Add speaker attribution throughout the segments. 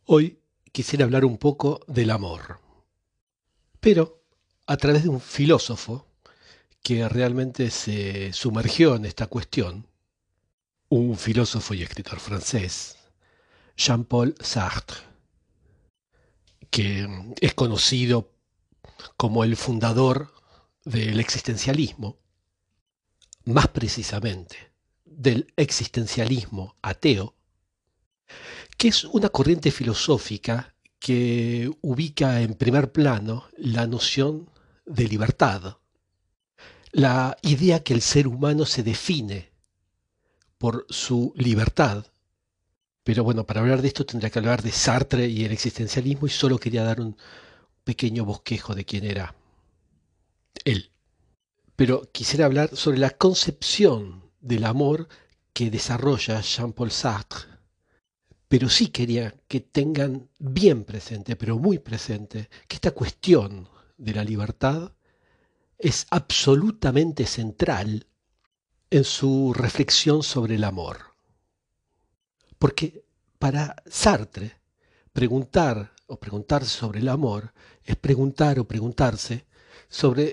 Speaker 1: Hoy quisiera hablar un poco del amor, pero a través de un filósofo que realmente se sumergió en esta cuestión, un filósofo y escritor francés, Jean-Paul Sartre, que es conocido como el fundador del existencialismo, más precisamente del existencialismo ateo, que es una corriente filosófica que ubica en primer plano la noción de libertad, la idea que el ser humano se define por su libertad. Pero bueno, para hablar de esto tendría que hablar de Sartre y el existencialismo y solo quería dar un pequeño bosquejo de quién era él. Pero quisiera hablar sobre la concepción del amor que desarrolla Jean-Paul Sartre. Pero sí quería que tengan bien presente, pero muy presente, que esta cuestión de la libertad es absolutamente central en su reflexión sobre el amor. Porque para Sartre, preguntar o preguntarse sobre el amor es preguntar o preguntarse sobre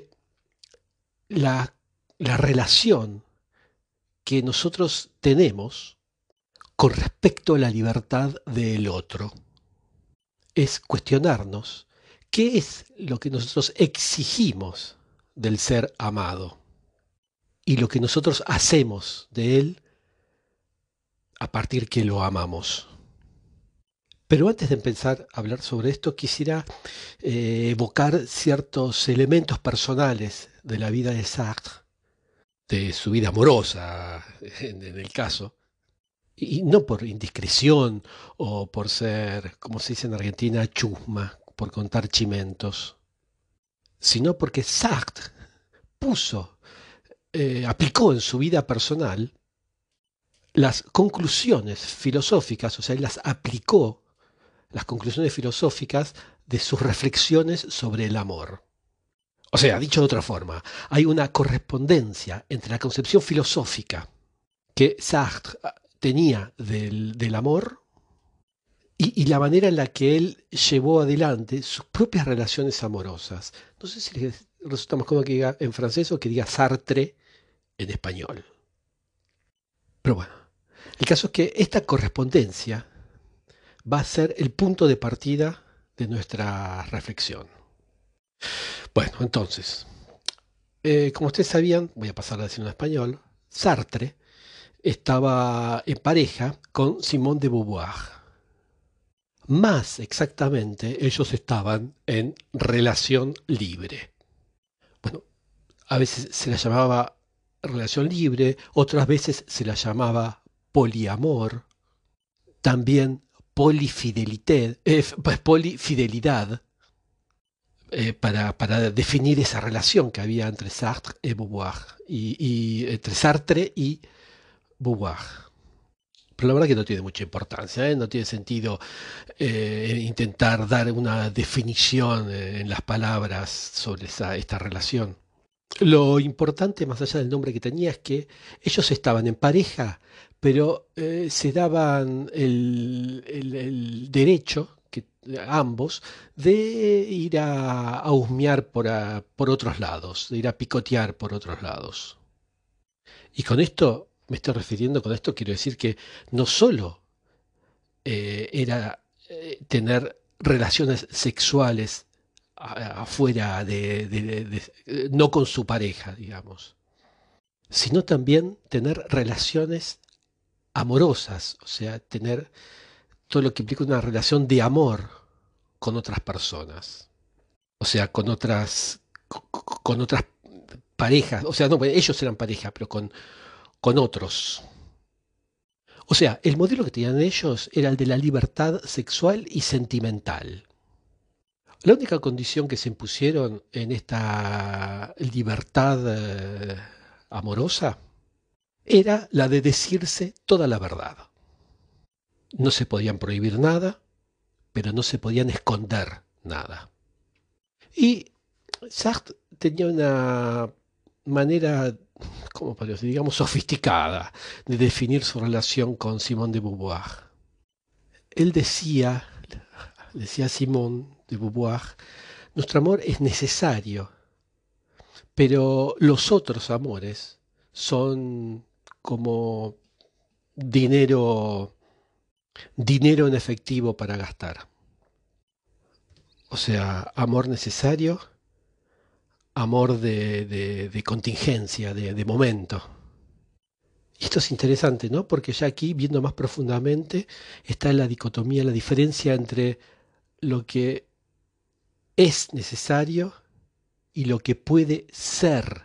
Speaker 1: la relación que nosotros tenemos con respecto a la libertad del otro. Es cuestionarnos qué es lo que nosotros exigimos del ser amado y lo que nosotros hacemos de él a partir que lo amamos. Pero antes de empezar a hablar sobre esto, quisiera evocar ciertos elementos personales de la vida de Sartre, de su vida amorosa en el caso, y no por indiscreción o por ser, como se dice en Argentina, chusma, por contar chimentos, sino porque Sartre aplicó en su vida personal las conclusiones filosóficas, o sea, él las aplicó, las conclusiones filosóficas de sus reflexiones sobre el amor. O sea, dicho de otra forma, hay una correspondencia entre la concepción filosófica que Sartre tenía del amor y la manera en la que él llevó adelante sus propias relaciones amorosas. No sé si les resulta más cómodo que diga en francés o que diga Sartre en español. Pero bueno, el caso es que esta correspondencia va a ser el punto de partida de nuestra reflexión. Bueno, entonces, como ustedes sabían, voy a pasar a decirlo en español, Sartre estaba en pareja con Simone de Beauvoir. Más exactamente, ellos estaban en relación libre. Bueno, a veces se la llamaba relación libre, otras veces se la llamaba poliamor, también polifidelidad, para definir esa relación que había entre Sartre y Beauvoir, entre Sartre y Beauvoir. Pero la verdad que no tiene mucha importancia, ¿eh? No tiene sentido intentar dar una definición en las palabras sobre esta relación. Lo importante, más allá del nombre que tenía, es que ellos estaban en pareja, pero se daban el derecho, que, ambos, de ir a husmear por otros lados, de ir a picotear por otros lados. Y con esto, me estoy refiriendo, con esto quiero decir que no solo era tener relaciones sexuales afuera no con su pareja, digamos, sino también tener relaciones amorosas, o sea, tener todo lo que implica una relación de amor con otras personas, o sea, con otras parejas, o sea, no, ellos eran pareja, pero con otros. O sea, el modelo que tenían ellos era el de la libertad sexual y sentimental. La única condición que se impusieron en esta libertad amorosa era la de decirse toda la verdad. No se podían prohibir nada, pero no se podían esconder nada. Y Sartre tenía una manera, como podríamos decir, digamos, sofisticada de definir su relación con Simone de Beauvoir. Él decía, decía Simone de Beauvoir, nuestro amor es necesario, pero los otros amores son como dinero, dinero en efectivo para gastar. O sea, amor necesario, amor de contingencia, de momento. Y esto es interesante, ¿no? Porque ya aquí, viendo más profundamente, está la dicotomía, la diferencia entre lo que es necesario y lo que puede ser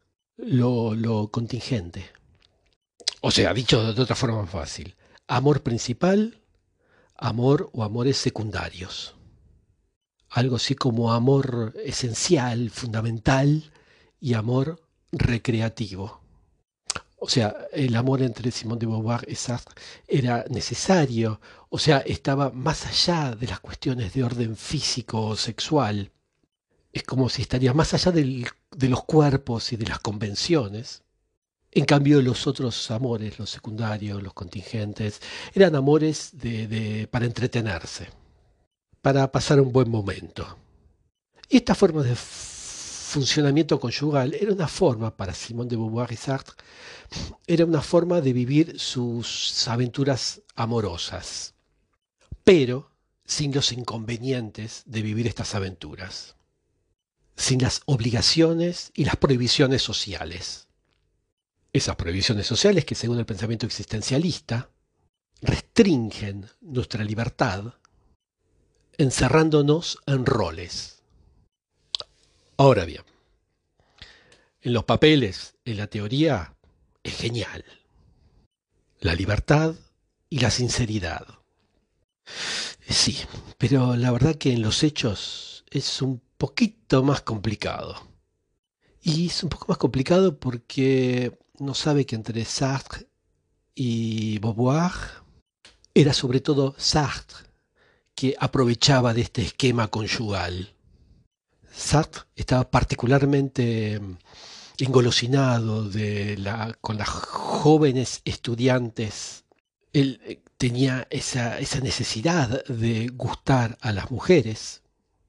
Speaker 1: lo contingente. O sea, dicho de otra forma fácil, amor principal, amor o amores secundarios. Algo así como amor esencial, fundamental y amor recreativo. O sea, el amor entre Simone de Beauvoir y Sartre era necesario, o sea, estaba más allá de las cuestiones de orden físico o sexual. Es como si estaría más allá de los cuerpos y de las convenciones. En cambio, los otros amores, los secundarios, los contingentes, eran amores para entretenerse, para pasar un buen momento. Y esta forma de funcionamiento conyugal era una forma, para Simone de Beauvoir y Sartre, era una forma de vivir sus aventuras amorosas, pero sin los inconvenientes de vivir estas aventuras, sin las obligaciones y las prohibiciones sociales. Esas prohibiciones sociales que, según el pensamiento existencialista, restringen nuestra libertad encerrándonos en roles. Ahora bien, en los papeles, en la teoría, es genial. La libertad y la sinceridad. Sí, pero la verdad que en los hechos es un poquito más complicado. Y es un poco más complicado porque no sabe que entre Sartre y Beauvoir era sobre todo Sartre que aprovechaba de este esquema conyugal. Sartre estaba particularmente engolosinado con las jóvenes estudiantes. Él tenía esa necesidad de gustar a las mujeres,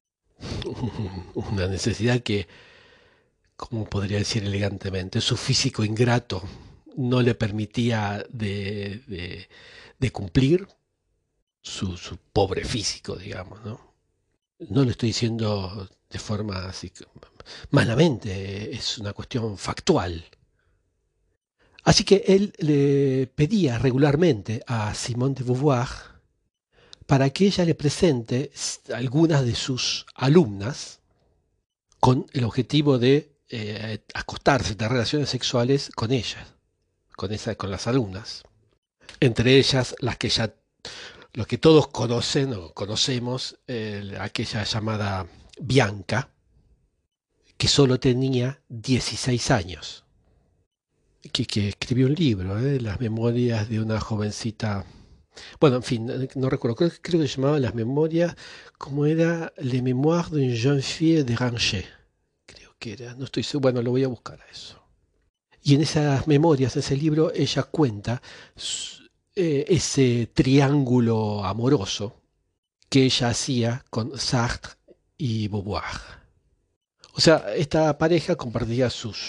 Speaker 1: una necesidad que, como podría decir elegantemente, su físico ingrato no le permitía de cumplir su pobre físico, digamos, ¿no? No lo estoy diciendo de forma así malamente, es una cuestión factual. Así que él le pedía regularmente a Simone de Beauvoir para que ella le presente algunas de sus alumnas con el objetivo de acostarse, de relaciones sexuales con ellas, con las alumnas. Entre ellas las que ya, los que todos conocen o conocemos, aquella llamada Bianca, que solo tenía 16 años, que escribió un libro, Las memorias de una jovencita. Bueno, en fin, no recuerdo, creo que se llamaba Las memorias, como era Les mémoires d'une jeune fille de Ranchet, creo que era, no estoy seguro, bueno, lo voy a buscar a eso. Y en esas memorias, en ese libro, ella cuenta ese triángulo amoroso que ella hacía con Sartre y Beauvoir. O sea, esta pareja compartía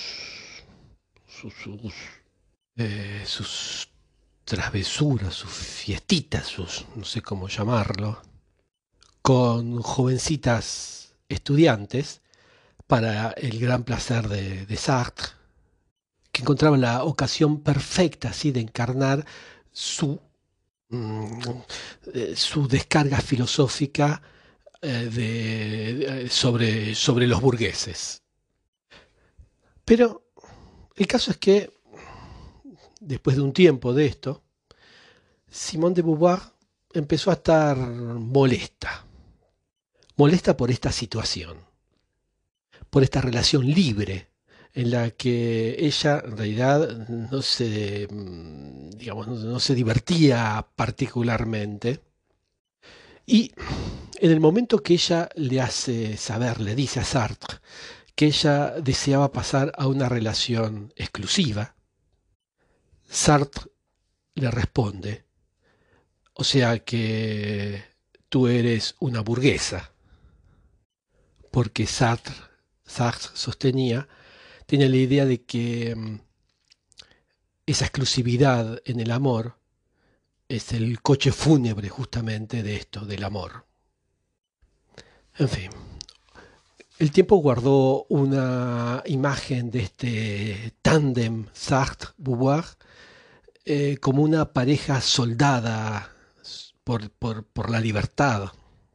Speaker 1: sus travesuras, sus fiestitas, no sé cómo llamarlo, con jovencitas estudiantes para el gran placer de Sartre, que encontraba la ocasión perfecta así de encarnar su, mm, su descarga filosófica sobre los burgueses. Pero el caso es que, después de un tiempo de esto, Simone de Beauvoir empezó a estar molesta por esta situación, por esta relación libre en la que ella en realidad no se, digamos, no se divertía particularmente. Y en el momento que ella le hace saber, le dice a Sartre que ella deseaba pasar a una relación exclusiva, Sartre le responde, o sea que tú eres una burguesa, porque Sartre sostenía, tenía la idea de que esa exclusividad en el amor es el coche fúnebre justamente de esto, del amor. En fin, el tiempo guardó una imagen de este tándem Sartre-Beauvoir como una pareja soldada por la libertad,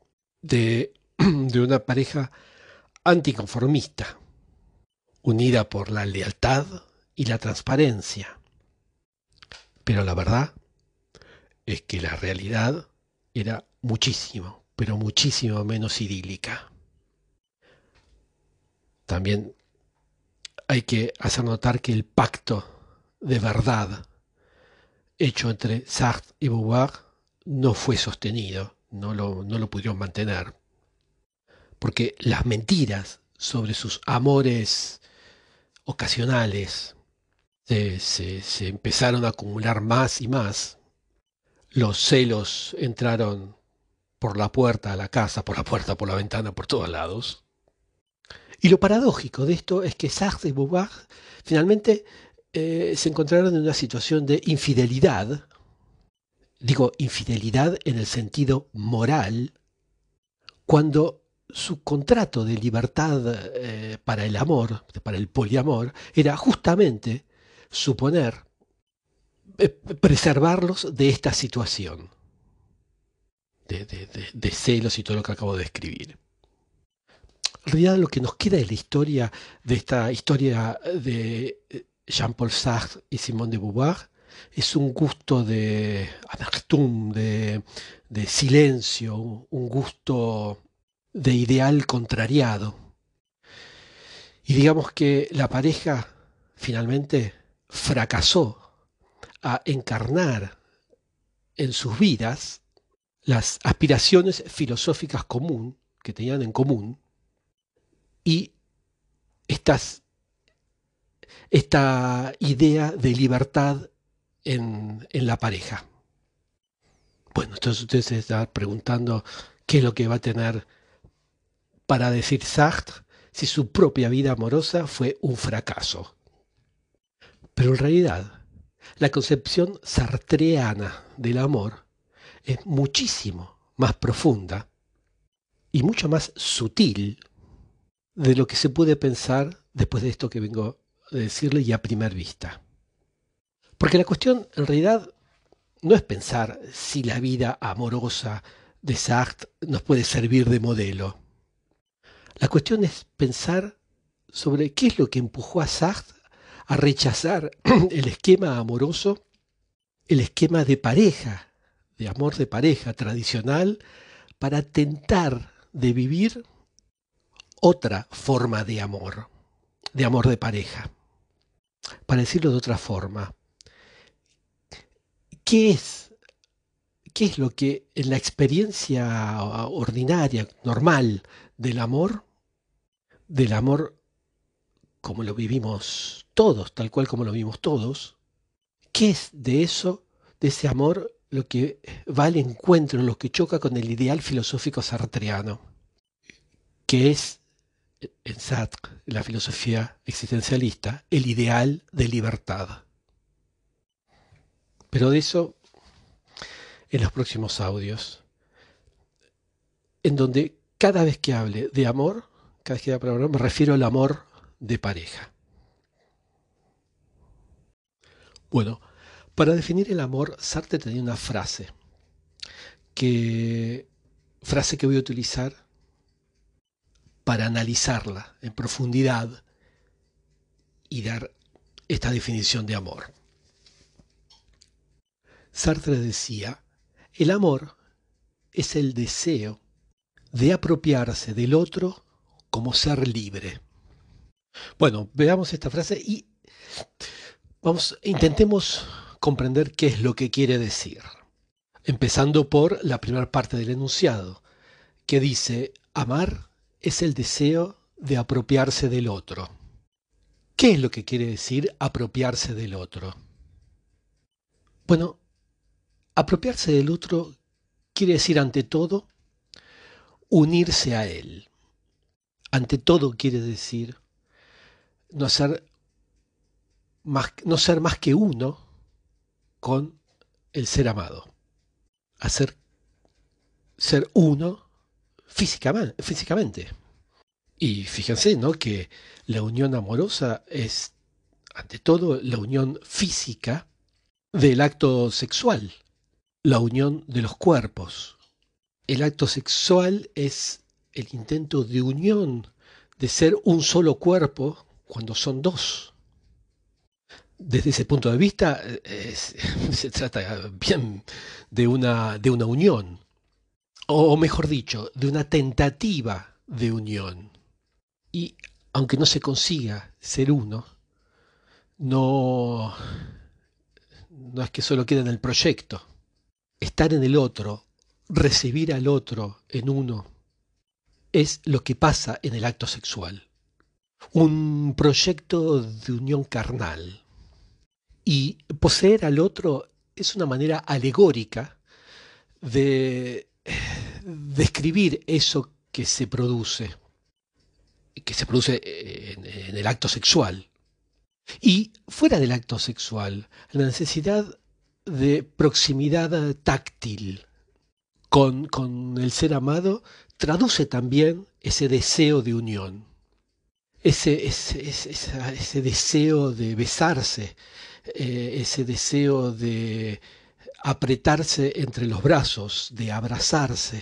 Speaker 1: de una pareja anticonformista, unida por la lealtad y la transparencia. Pero la verdad es que la realidad era muchísimo, pero muchísimo menos idílica. También hay que hacer notar que el pacto de verdad hecho entre Sartre y Beauvoir no fue sostenido, no lo pudieron mantener, porque las mentiras sobre sus amores ocasionales se empezaron a acumular más y más. Los celos entraron por la puerta a la casa, por la puerta, por la ventana, por todos lados. Y lo paradójico de esto es que Sartre y Beauvoir finalmente se encontraron en una situación de infidelidad. Digo infidelidad en el sentido moral, cuando su contrato de libertad para el amor, para el poliamor, era justamente suponer preservarlos de esta situación de celos y todo lo que acabo de describir. En realidad lo que nos queda de la historia, de esta historia de Jean-Paul Sartre y Simone de Beauvoir, es un gusto de amertum, de silencio, un gusto de ideal contrariado. Y digamos que la pareja finalmente fracasó a encarnar en sus vidas las aspiraciones filosóficas que tenían en común y esta idea de libertad en la pareja. Bueno, entonces usted se está preguntando qué es lo que va a tener para decir Sartre si su propia vida amorosa fue un fracaso. Pero en realidad, la concepción sartreana del amor es muchísimo más profunda y mucho más sutil de lo que se puede pensar después de esto que vengo a decirle y a primera vista. Porque la cuestión en realidad no es pensar si la vida amorosa de Sartre nos puede servir de modelo. La cuestión es pensar sobre qué es lo que empujó a Sartre a rechazar el esquema amoroso, el esquema de pareja, de amor de pareja tradicional, para tentar de vivir otra forma de amor de pareja. Para decirlo de otra forma, ¿qué es, qué es lo que en la experiencia ordinaria, normal del amor como lo vivimos todos, tal cual como lo vivimos todos, qué es de eso, de ese amor, lo que va al encuentro, lo que choca con el ideal filosófico sartreano, que es, en Sartre, la filosofía existencialista, el ideal de libertad? Pero de eso en los próximos audios, en donde cada vez que hable de amor, cada vez que hable de amor, me refiero al amor de pareja. Bueno, para definir el amor, Sartre tenía una frase que voy a utilizar para analizarla en profundidad y dar esta definición de amor. Sartre decía, el amor es el deseo de apropiarse del otro como ser libre. Bueno, veamos esta frase y intentemos comprender qué es lo que quiere decir. Empezando por la primera parte del enunciado, que dice, amar es el deseo de apropiarse del otro. ¿Qué es lo que quiere decir apropiarse del otro? Bueno, apropiarse del otro quiere decir ante todo unirse a él. Ante todo quiere decir no ser más que uno con el ser amado. Hacer ser uno físicamente. Y fíjense, ¿no? Que la unión amorosa es, ante todo, la unión física del acto sexual, la unión de los cuerpos. El acto sexual es el intento de unión, de ser un solo cuerpo cuando son dos. Desde ese punto de vista, se trata bien de una unión, o mejor dicho, de una tentativa de unión. Y aunque no se consiga ser uno, no, no es que solo quede en el proyecto. Estar en el otro, recibir al otro en uno, es lo que pasa en el acto sexual. Un proyecto de unión carnal. Y poseer al otro es una manera alegórica de describir eso que se produce en el acto sexual. Y fuera del acto sexual, la necesidad de proximidad táctil con el ser amado traduce también ese deseo de unión, ese deseo de besarse, ese deseo de apretarse entre los brazos, de abrazarse,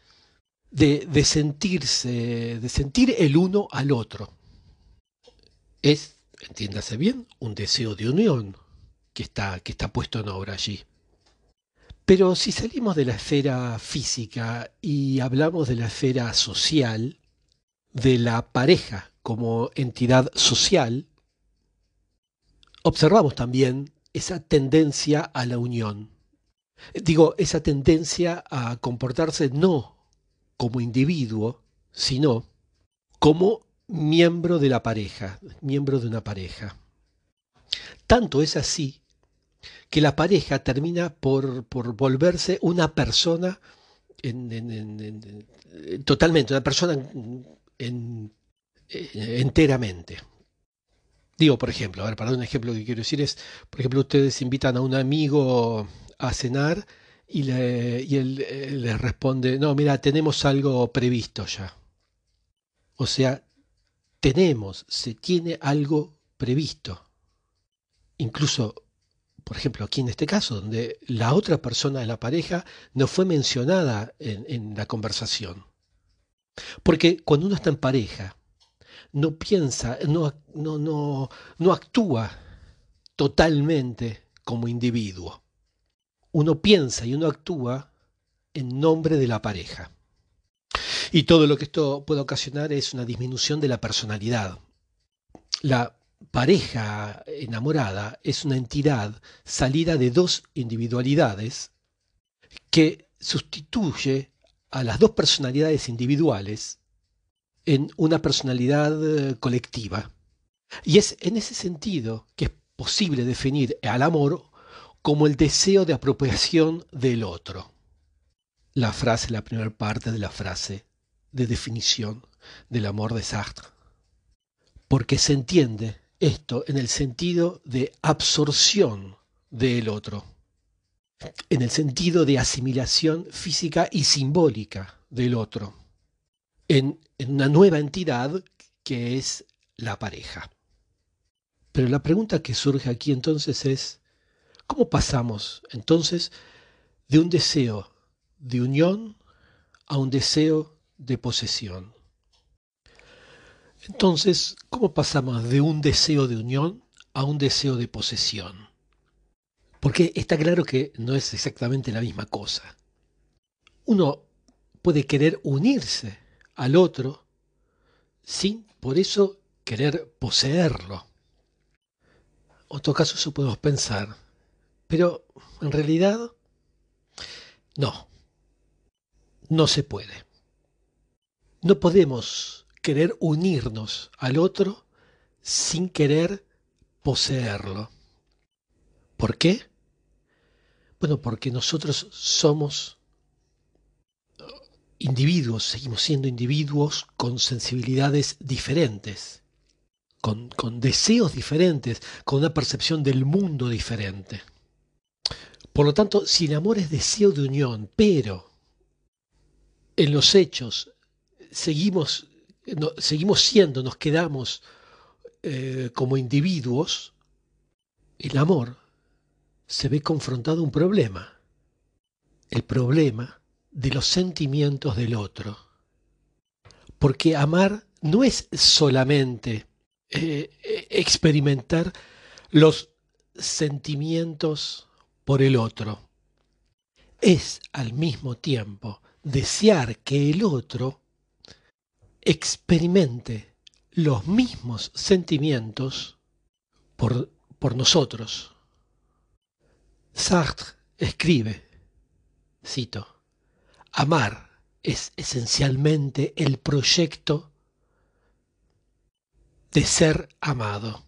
Speaker 1: de sentir el uno al otro. Es, entiéndase bien, un deseo de unión que está puesto en obra allí. Pero si salimos de la esfera física y hablamos de la esfera social, de la pareja como entidad social, observamos también esa tendencia a la unión. Digo, esa tendencia a comportarse no como individuo, sino como miembro de la pareja, miembro de una pareja. Tanto es así que la pareja termina por volverse una persona totalmente, una persona enteramente. Digo, por ejemplo, a ver, para dar un ejemplo que quiero decir es, por ejemplo, ustedes invitan a un amigo a cenar y él les responde, no, mira, tenemos algo previsto ya. O sea, se tiene algo previsto. Incluso, por ejemplo, aquí en este caso, donde la otra persona de la pareja no fue mencionada en la conversación. Porque cuando uno está en pareja, no piensa, no actúa totalmente como individuo. Uno piensa y uno actúa en nombre de la pareja. Y todo lo que esto puede ocasionar es una disminución de la personalidad. La pareja enamorada es una entidad salida de dos individualidades que sustituye a las dos personalidades individuales en una personalidad colectiva. Y es en ese sentido que es posible definir al amor como el deseo de apropiación del otro. La primera parte de la frase de definición del amor de Sartre. Porque se entiende esto en el sentido de absorción del otro, en el sentido de asimilación física y simbólica del otro, en una nueva entidad que es la pareja. Pero la pregunta que surge aquí entonces es, ¿cómo pasamos entonces de un deseo de unión a un deseo de posesión? Entonces, ¿cómo pasamos de un deseo de unión a un deseo de posesión? Porque está claro que no es exactamente la misma cosa. Uno puede querer unirse al otro sin por eso querer poseerlo. En todo caso, eso podemos pensar. Pero en realidad, no, no se puede. No podemos querer unirnos al otro sin querer poseerlo. ¿Por qué? Bueno, porque nosotros somos individuos, seguimos siendo individuos con sensibilidades diferentes, con deseos diferentes, con una percepción del mundo diferente. Por lo tanto, si el amor es deseo de unión, pero en los hechos seguimos, seguimos siendo, nos quedamos como individuos, el amor se ve confrontado a un problema, el problema de los sentimientos del otro. Porque amar no es solamente experimentar los sentimientos por el otro, es al mismo tiempo desear que el otro experimente los mismos sentimientos por nosotros. Sartre escribe, cito, amar es esencialmente el proyecto de ser amado.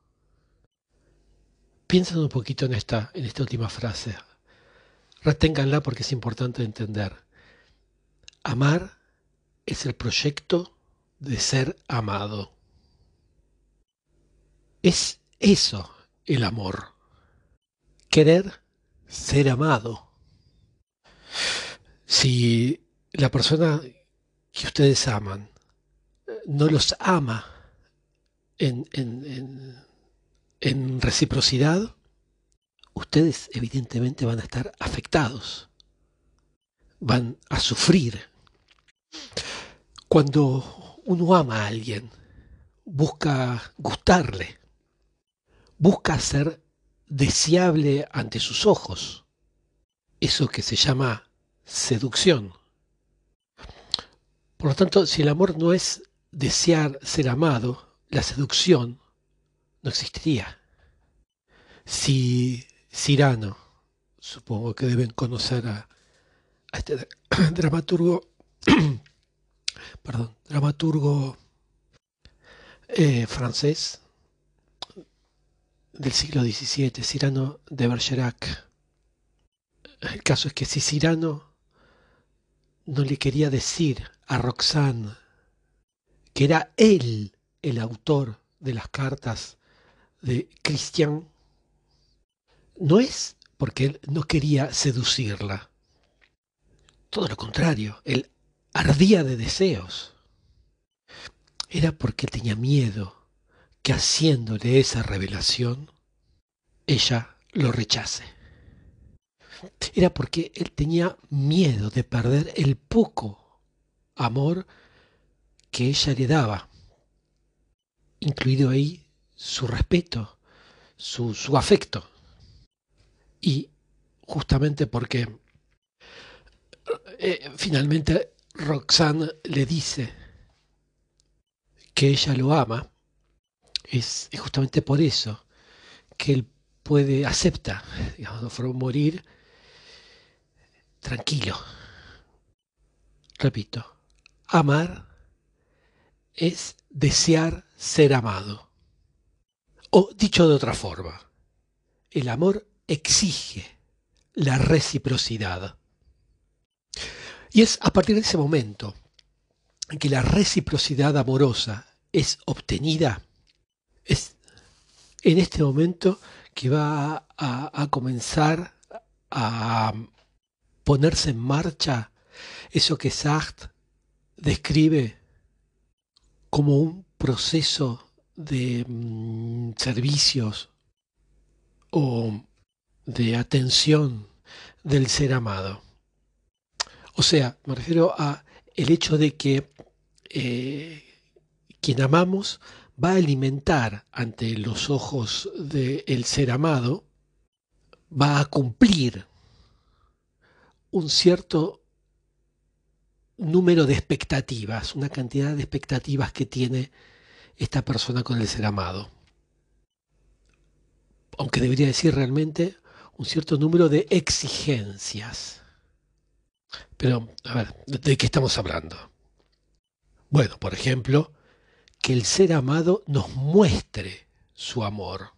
Speaker 1: Piensen un poquito en esta última frase. Reténganla porque es importante entender. Amar es el proyecto de ser amado. Es eso el amor. Querer ser amado. Si la persona que ustedes aman no los ama en reciprocidad, ustedes evidentemente van a estar afectados, van a sufrir. Cuando uno ama a alguien, busca gustarle, busca ser deseable ante sus ojos, eso que se llama seducción. Por lo tanto, si el amor no es desear ser amado, la seducción no existiría. Si Cyrano, supongo que deben conocer a este dramaturgo, dramaturgo francés del siglo XVII, Cyrano de Bergerac. El caso es que si Cyrano no le quería decir a Roxane que era él el autor de las cartas de Christian, no es porque él no quería seducirla, todo lo contrario, él ardía de deseos. Era porque él tenía miedo que haciéndole esa revelación, ella lo rechace. Era porque él tenía miedo de perder el poco amor que ella le daba, incluido ahí su respeto, su afecto. Y justamente porque finalmente Roxane le dice que ella lo ama, es justamente por eso que él acepta, digamos, morir tranquilo. Repito, amar es desear ser amado. O dicho de otra forma, el amor exige la reciprocidad. Y es a partir de ese momento en que la reciprocidad amorosa es obtenida, es en este momento que va a comenzar a ponerse en marcha eso que Sartre describe como un proceso de servicios o de atención del ser amado. O sea, me refiero a el hecho de que quien amamos va a alimentar ante los ojos del ser amado, va a cumplir un cierto número de expectativas, una cantidad de expectativas que tiene esta persona con el ser amado. Aunque debería decir realmente un cierto número de exigencias. Pero, a ver, ¿de qué estamos hablando? Bueno, por ejemplo, que el ser amado nos muestre su amor,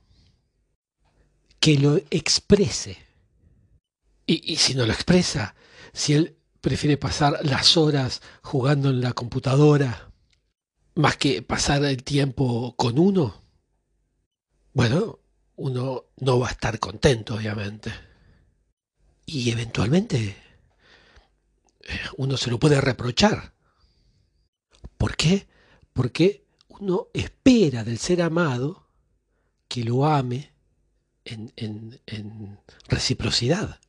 Speaker 1: que lo exprese. Y si no lo expresa, si él prefiere pasar las horas jugando en la computadora más que pasar el tiempo con uno, bueno, uno no va a estar contento, obviamente. Y eventualmente uno se lo puede reprochar. ¿Por qué? Porque uno espera del ser amado que lo ame en reciprocidad.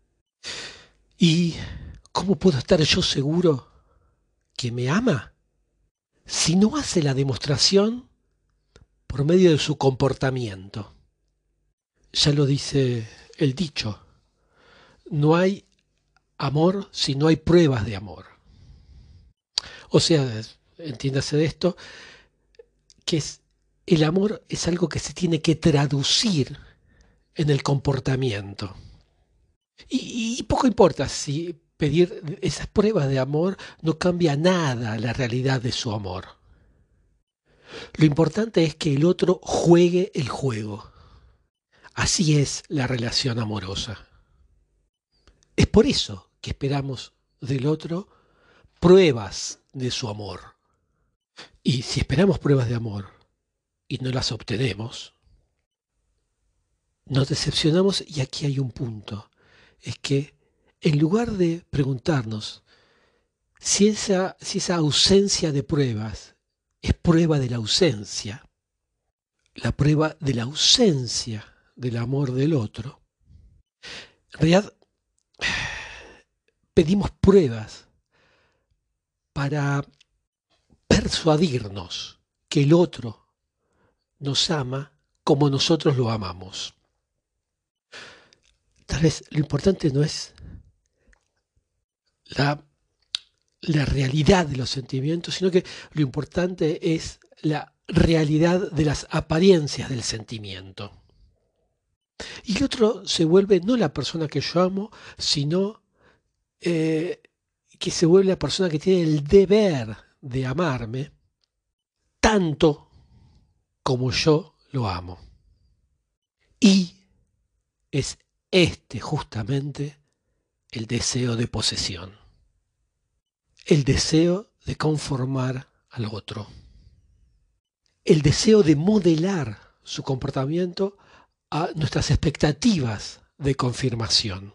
Speaker 1: ¿Y cómo puedo estar yo seguro que me ama si no hace la demostración por medio de su comportamiento? Ya lo dice el dicho, no hay amor si no hay pruebas de amor. O sea, entiéndase de esto, que el amor es algo que se tiene que traducir en el comportamiento. Y poco importa si pedir esas pruebas de amor no cambia nada la realidad de su amor. Lo importante es que el otro juegue el juego. Así es la relación amorosa. Es por eso que esperamos del otro pruebas de su amor. Y si esperamos pruebas de amor y no las obtenemos, nos decepcionamos y aquí hay un punto. Es que en lugar de preguntarnos si esa ausencia de pruebas es prueba de la ausencia, la prueba de la ausencia del amor del otro, en realidad pedimos pruebas para persuadirnos que el otro nos ama como nosotros lo amamos. Tal vez lo importante no es la, la realidad de los sentimientos, sino que lo importante es la realidad de las apariencias del sentimiento. Y el otro se vuelve no la persona que yo amo, sino que se vuelve la persona que tiene el deber de amarme tanto como yo lo amo. Y es este justamente el deseo de posesión, el deseo de conformar al otro, el deseo de modelar su comportamiento a nuestras expectativas de confirmación.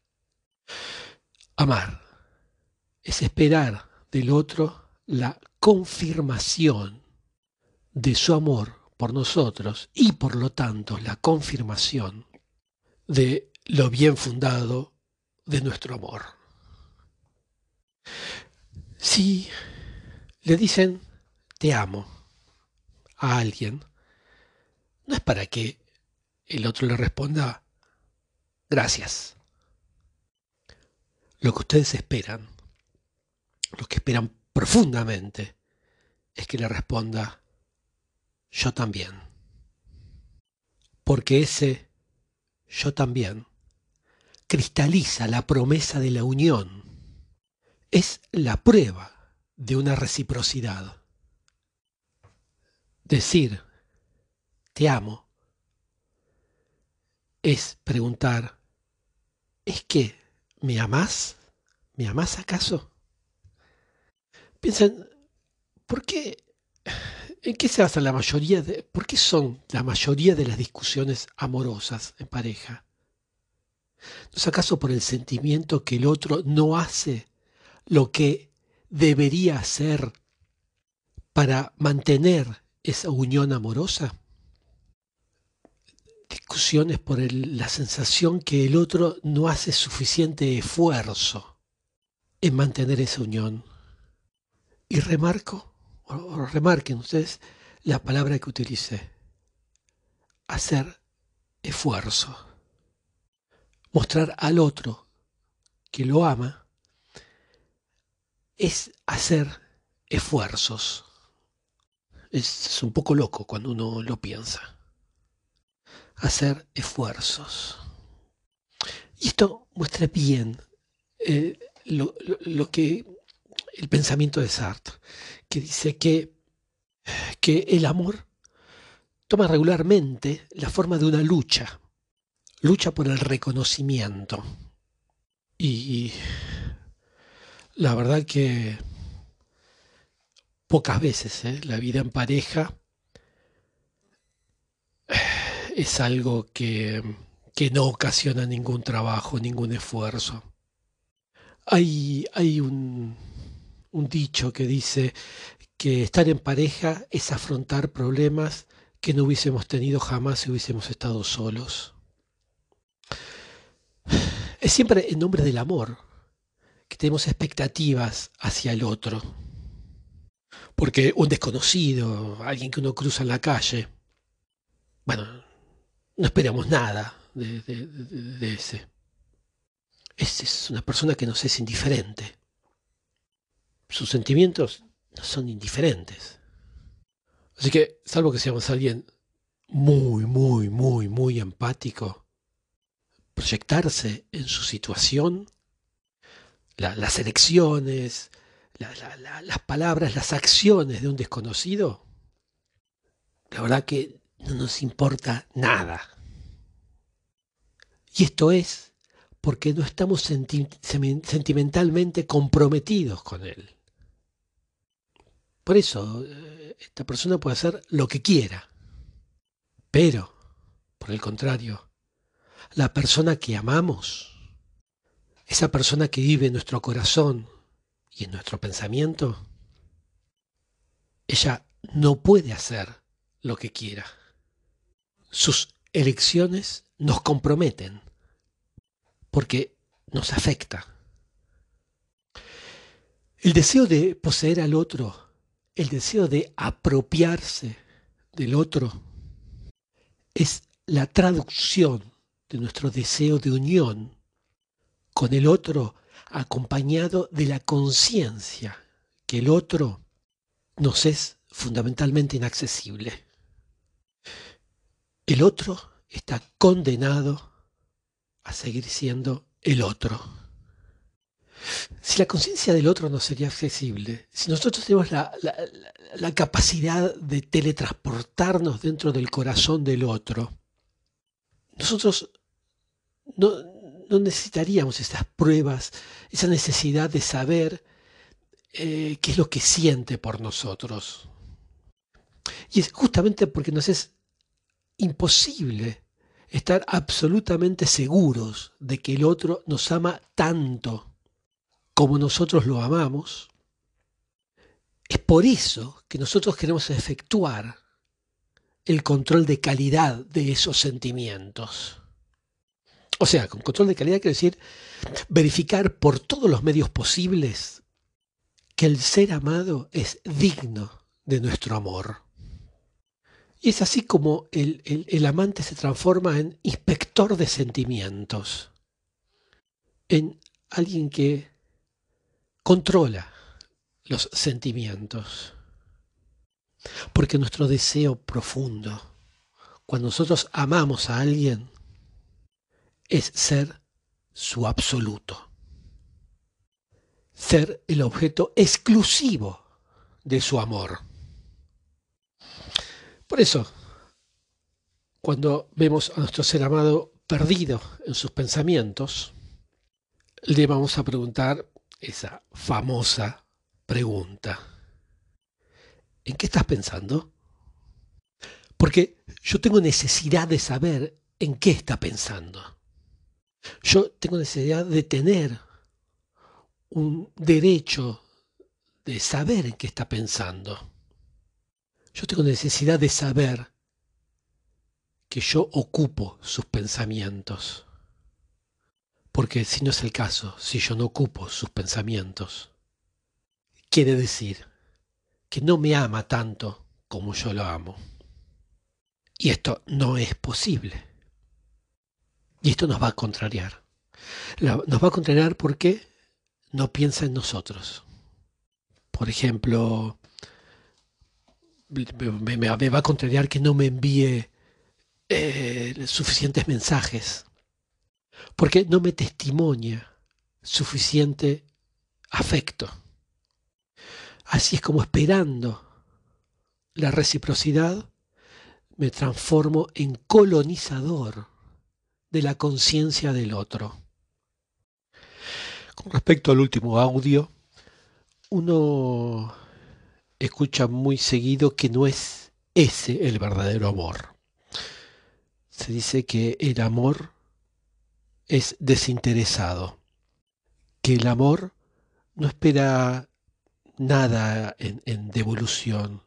Speaker 1: Amar es esperar del otro la confirmación de su amor por nosotros y por lo tanto la confirmación de lo bien fundado de nuestro amor. Si le dicen te amo a alguien, no es para que el otro le responda gracias. Lo que ustedes esperan, lo que esperan profundamente, es que le responda yo también. Porque ese yo también cristaliza la promesa de la unión. Es la prueba de una reciprocidad. Decir te amo es preguntar, ¿es que me amás? ¿Me amás acaso? Piensen, ¿por qué? ¿En qué se basa por qué son la mayoría de las discusiones amorosas en pareja? ¿No es acaso por el sentimiento que el otro no hace lo que debería hacer para mantener esa unión amorosa? Discusiones por la sensación que el otro no hace suficiente esfuerzo en mantener esa unión. Y remarquen ustedes la palabra que utilicé, hacer esfuerzo. Mostrar al otro que lo ama es hacer esfuerzos. Es un poco loco cuando uno lo piensa. Hacer esfuerzos. Y esto muestra bien lo que el pensamiento de Sartre, que dice que el amor toma regularmente la forma de una lucha por el reconocimiento. Y La verdad que pocas veces, la vida en pareja es algo que no ocasiona ningún trabajo, ningún esfuerzo. Hay un dicho que dice que estar en pareja es afrontar problemas que no hubiésemos tenido jamás si hubiésemos estado solos. Es siempre en nombre del amor que tenemos expectativas hacia el otro. Porque un desconocido, alguien que uno cruza en la calle, bueno, no esperamos nada de ese. Es una persona que nos es indiferente. Sus sentimientos no son indiferentes. Así que, salvo que seamos alguien muy empático, proyectarse en su situación, las elecciones, las palabras, las acciones de un desconocido, la verdad que no nos importa nada. Y esto es porque no estamos sentimentalmente comprometidos con él. Por eso, esta persona puede hacer lo que quiera. Pero, por el contrario, la persona que amamos, esa persona que vive en nuestro corazón y en nuestro pensamiento, ella no puede hacer lo que quiera. Sus elecciones nos comprometen porque nos afecta. El deseo de poseer al otro, el deseo de apropiarse del otro, es la traducción de nuestro deseo de unión con el otro, acompañado de la conciencia que el otro nos es fundamentalmente inaccesible. El otro está condenado a seguir siendo el otro. Si la conciencia del otro no sería accesible, si nosotros tenemos la capacidad de teletransportarnos dentro del corazón del otro, nosotros no, no necesitaríamos esas pruebas, esa necesidad de saber qué es lo que siente por nosotros. Y es justamente porque nos es imposible estar absolutamente seguros de que el otro nos ama tanto como nosotros lo amamos. Es por eso que nosotros queremos efectuar el control de calidad de esos sentimientos. O sea, con control de calidad quiero decir verificar por todos los medios posibles que el ser amado es digno de nuestro amor. Y es así como el amante se transforma en inspector de sentimientos, en alguien que controla los sentimientos. Porque nuestro deseo profundo, cuando nosotros amamos a alguien, es ser su absoluto, ser el objeto exclusivo de su amor. Por eso, cuando vemos a nuestro ser amado perdido en sus pensamientos, le vamos a preguntar esa famosa pregunta: ¿en qué estás pensando? Porque yo tengo necesidad de saber en qué está pensando. Yo tengo necesidad de tener un derecho de saber en qué está pensando. Yo tengo necesidad de saber que yo ocupo sus pensamientos. Porque si no es el caso, si yo no ocupo sus pensamientos, quiere decir que no me ama tanto como yo lo amo. Y esto no es posible. Y esto nos va a contrariar. Nos va a contrariar porque no piensa en nosotros. Por ejemplo, me va a contrariar que no me envíe suficientes mensajes, porque no me testimonia suficiente afecto. Así es como, esperando la reciprocidad, me transformo en colonizador de la conciencia del otro. Con respecto al último audio, uno escucha muy seguido que no es ese el verdadero amor. Se dice que el amor es desinteresado, que el amor no espera nada en devolución,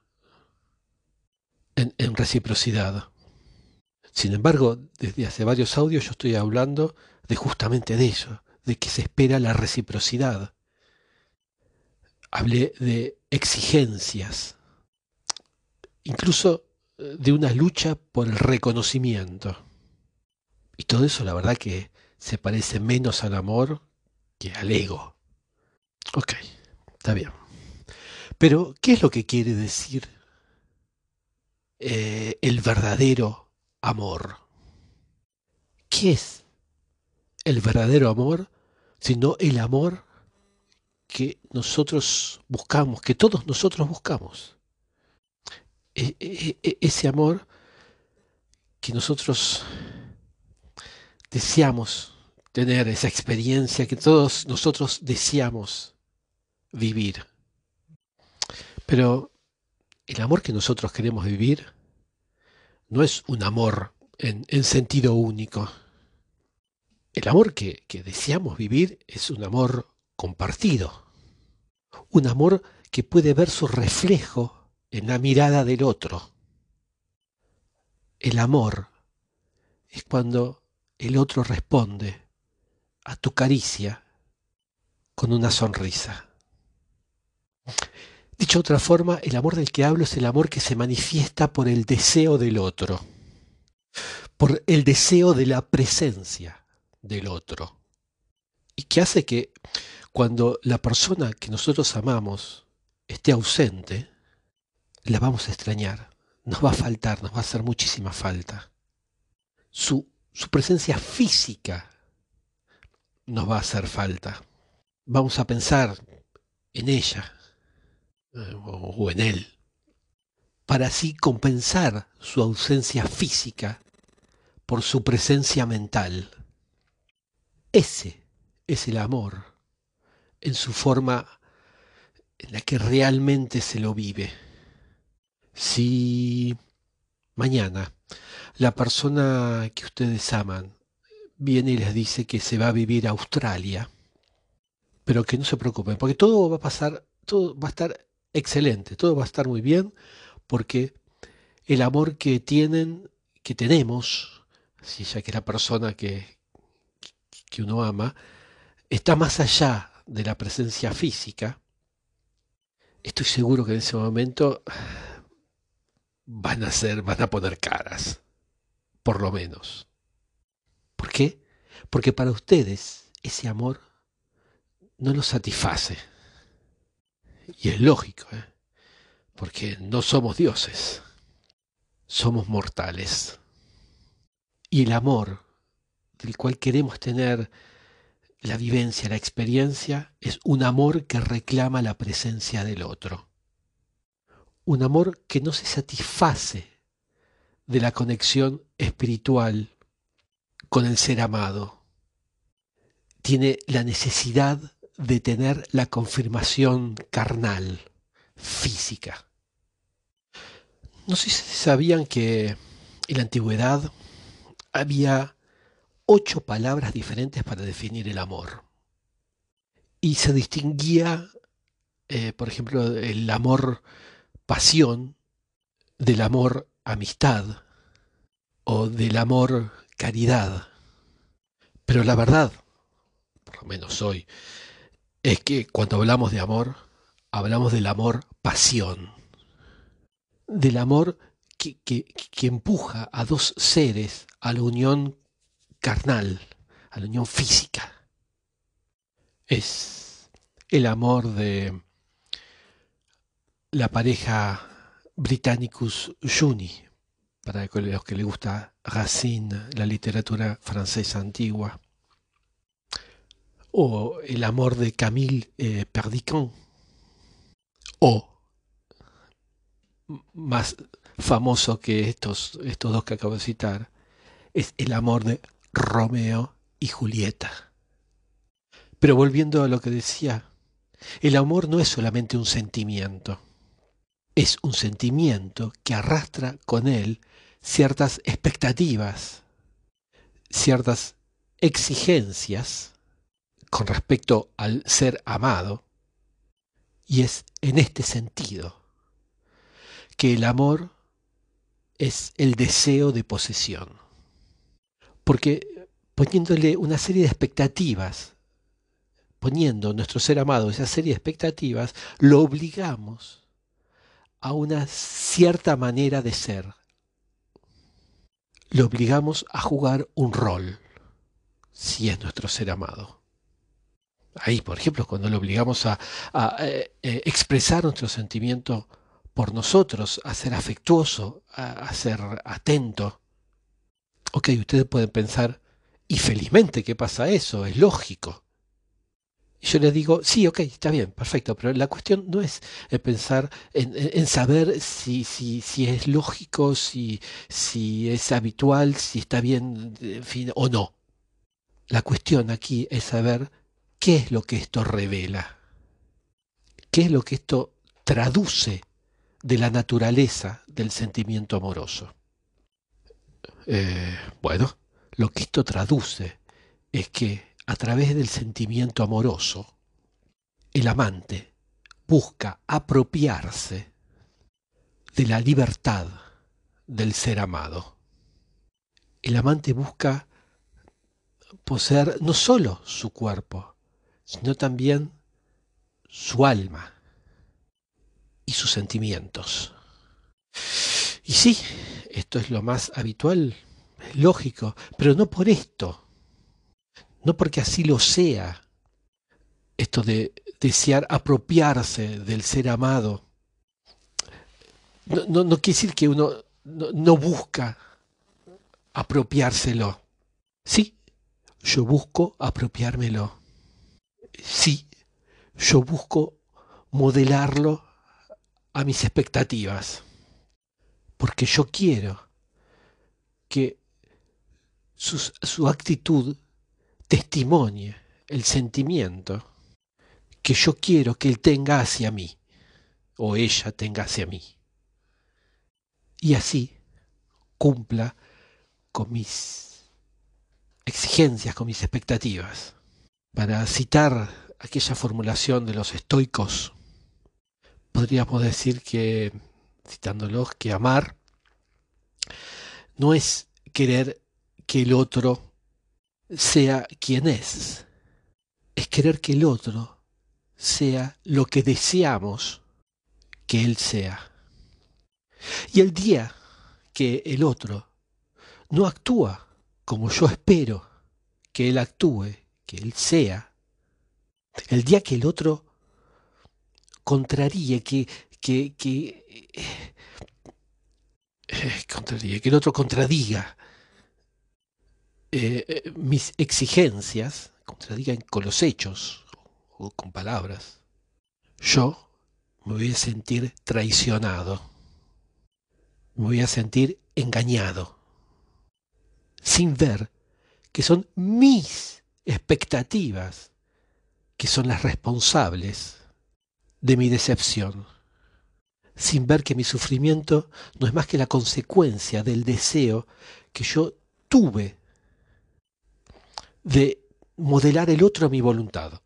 Speaker 1: en reciprocidad. Sin embargo, desde hace varios audios yo estoy hablando de justamente de eso, de que se espera la reciprocidad. Hablé de exigencias, incluso de una lucha por el reconocimiento. Y todo eso, la verdad, que se parece menos al amor que al ego. Ok, está bien. Pero, ¿qué es lo que quiere decir el verdadero amor? ¿Qué es el verdadero amor sino el amor que nosotros buscamos, que todos nosotros buscamos? Ese amor que nosotros deseamos tener, esa experiencia que todos nosotros deseamos vivir. Pero el amor que nosotros queremos vivir no es un amor en sentido único. El amor que deseamos vivir es un amor compartido, un amor que puede ver su reflejo en la mirada del otro. El amor es cuando el otro responde a tu caricia con una sonrisa. Dicho de otra forma, el amor del que hablo es el amor que se manifiesta por el deseo del otro, por el deseo de la presencia del otro, y que hace que cuando la persona que nosotros amamos esté ausente, la vamos a extrañar, nos va a faltar, nos va a hacer muchísima falta. Su presencia física nos va a hacer falta. Vamos a pensar en ella o en él, para así compensar su ausencia física por su presencia mental. Ese es el amor en su forma en la que realmente se lo vive. Si mañana la persona que ustedes aman viene y les dice que se va a vivir a Australia, pero que no se preocupen, porque todo va a pasar, todo va a estar excelente, todo va a estar muy bien, porque el amor que tienen, que tenemos, si ya que la persona que uno ama, está más allá de la presencia física. Estoy seguro que en ese momento van a poner caras, por lo menos. ¿Por qué? Porque para ustedes ese amor no los satisface. Y es lógico, ¿eh? Porque no somos dioses, somos mortales. Y el amor del cual queremos tener la vivencia, la experiencia, es un amor que reclama la presencia del otro. Un amor que no se satisface de la conexión espiritual con el ser amado. Tiene la necesidad de tener la confirmación carnal, física. No sé si sabían que en la antigüedad había 8 palabras diferentes para definir el amor. Y se distinguía, por ejemplo, el amor pasión del amor amistad o del amor caridad. Pero la verdad, por lo menos hoy, es que cuando hablamos de amor, hablamos del amor pasión, del amor que empuja a dos seres a la unión carnal, a la unión física. Es el amor de la pareja Britannicus Juni, para los que les gusta Racine, la literatura francesa antigua, o el amor de Camille Perdiccas, o más famoso que estos dos que acabo de citar, es el amor de Romeo y Julieta. Pero volviendo a lo que decía, El amor no es solamente un sentimiento, es un sentimiento que arrastra con él ciertas expectativas, ciertas exigencias con respecto al ser amado, y es en este sentido que el amor es el deseo de posesión. Porque poniéndole una serie de expectativas, poniendo nuestro ser amado esa serie de expectativas, lo obligamos a una cierta manera de ser. Lo obligamos a jugar un rol, si es nuestro ser amado. Ahí, por ejemplo, cuando lo obligamos a expresar nuestro sentimiento por nosotros, a ser afectuoso, a ser atento. Ok, ustedes pueden pensar, y felizmente que pasa eso, es lógico. Y yo les digo, sí, ok, está bien, perfecto, pero la cuestión no es pensar en saber si es lógico, si es habitual, si está bien, en fin, o no. La cuestión aquí es saber qué es lo que esto revela, qué es lo que esto traduce de la naturaleza del sentimiento amoroso. Bueno, lo que esto traduce es que a través del sentimiento amoroso, el amante busca apropiarse de la libertad del ser amado. El amante busca poseer no solo su cuerpo, sino también su alma y sus sentimientos. Y sí, esto es lo más habitual, es lógico, pero no por esto, no porque así lo sea, esto de desear apropiarse del ser amado. No quiere decir que uno no busca apropiárselo. Sí, yo busco apropiármelo. Sí, yo busco modelarlo a mis expectativas. Porque yo quiero que su actitud testimonie el sentimiento que yo quiero que él tenga hacia mí, o ella tenga hacia mí. Y así cumpla con mis exigencias, con mis expectativas. Para citar aquella formulación de los estoicos, podríamos decir que, citándolos, que amar no es querer que el otro sea quien es querer que el otro sea lo que deseamos que él sea. Y el día que el otro no actúa como yo espero que él actúe, que él sea, el día que el otro contraríe, contraríe, que el otro contradiga mis exigencias, contradigan con los hechos o con palabras, yo me voy a sentir traicionado, me voy a sentir engañado, sin ver que son mis expectativas que son las responsables de mi decepción, sin ver que mi sufrimiento no es más que la consecuencia del deseo que yo tuve de modelar el otro a mi voluntad.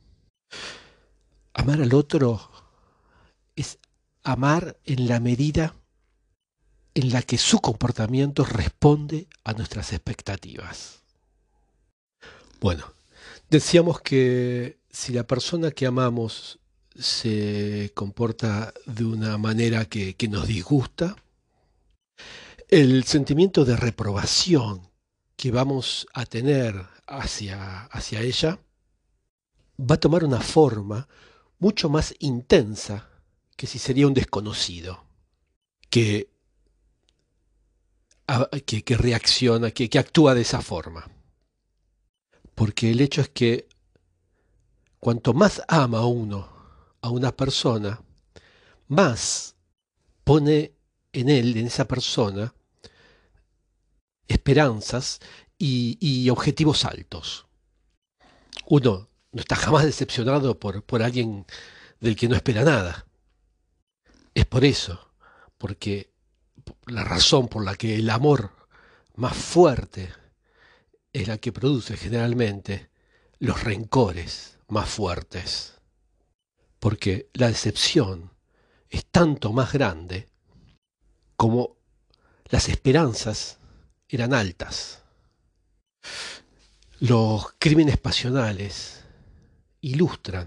Speaker 1: Amar al otro es amar en la medida en la que su comportamiento responde a nuestras expectativas. Bueno, decíamos que si la persona que amamos se comporta de una manera que nos disgusta, el sentimiento de reprobación que vamos a tener hacia ella va a tomar una forma mucho más intensa que si sería un desconocido, que, que reacciona, que actúa de esa forma. Porque el hecho es que cuanto más ama uno a una persona, más pone en él, en esa persona, esperanzas y objetivos altos. Uno no está jamás decepcionado por alguien del que no espera nada. Es por eso, porque la razón por la que el amor más fuerte es la que produce generalmente los rencores más fuertes, porque la decepción es tanto más grande como las esperanzas eran altas. Los crímenes pasionales ilustran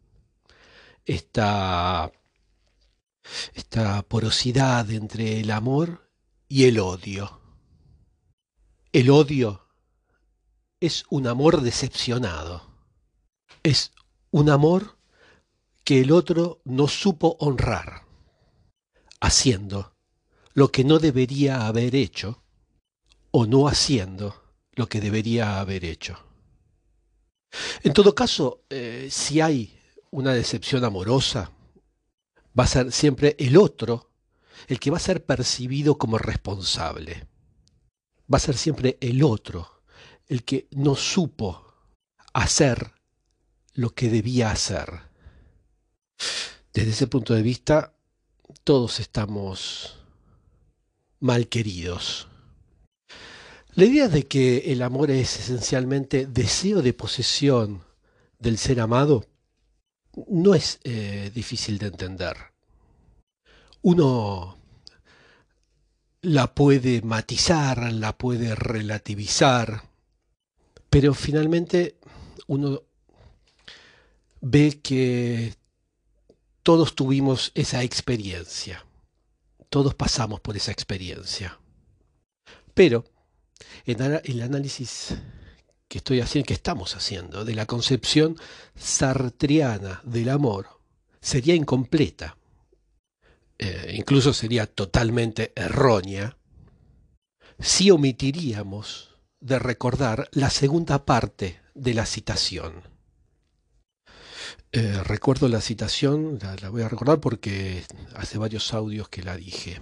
Speaker 1: esta, esta porosidad entre el amor y el odio. El odio es un amor decepcionado, es un amor que el otro no supo honrar, haciendo lo que no debería haber hecho o no haciendo lo que debería haber hecho. En todo caso, si hay una decepción amorosa, va a ser siempre el otro el que va a ser percibido como responsable. Va a ser siempre el otro el que no supo hacer lo que debía hacer. Desde ese punto de vista, todos estamos mal queridos. La idea de que el amor es esencialmente deseo de posesión del ser amado no es difícil de entender. Uno la puede matizar, la puede relativizar, pero finalmente uno ve que todos tuvimos esa experiencia, todos pasamos por esa experiencia. Pero en el análisis que estoy haciendo, que estamos haciendo, de la concepción sartreana del amor, sería incompleta, incluso sería totalmente errónea, si omitiríamos de recordar la segunda parte de la citación. Recuerdo la citación, la voy a recordar porque hace varios audios que la dije.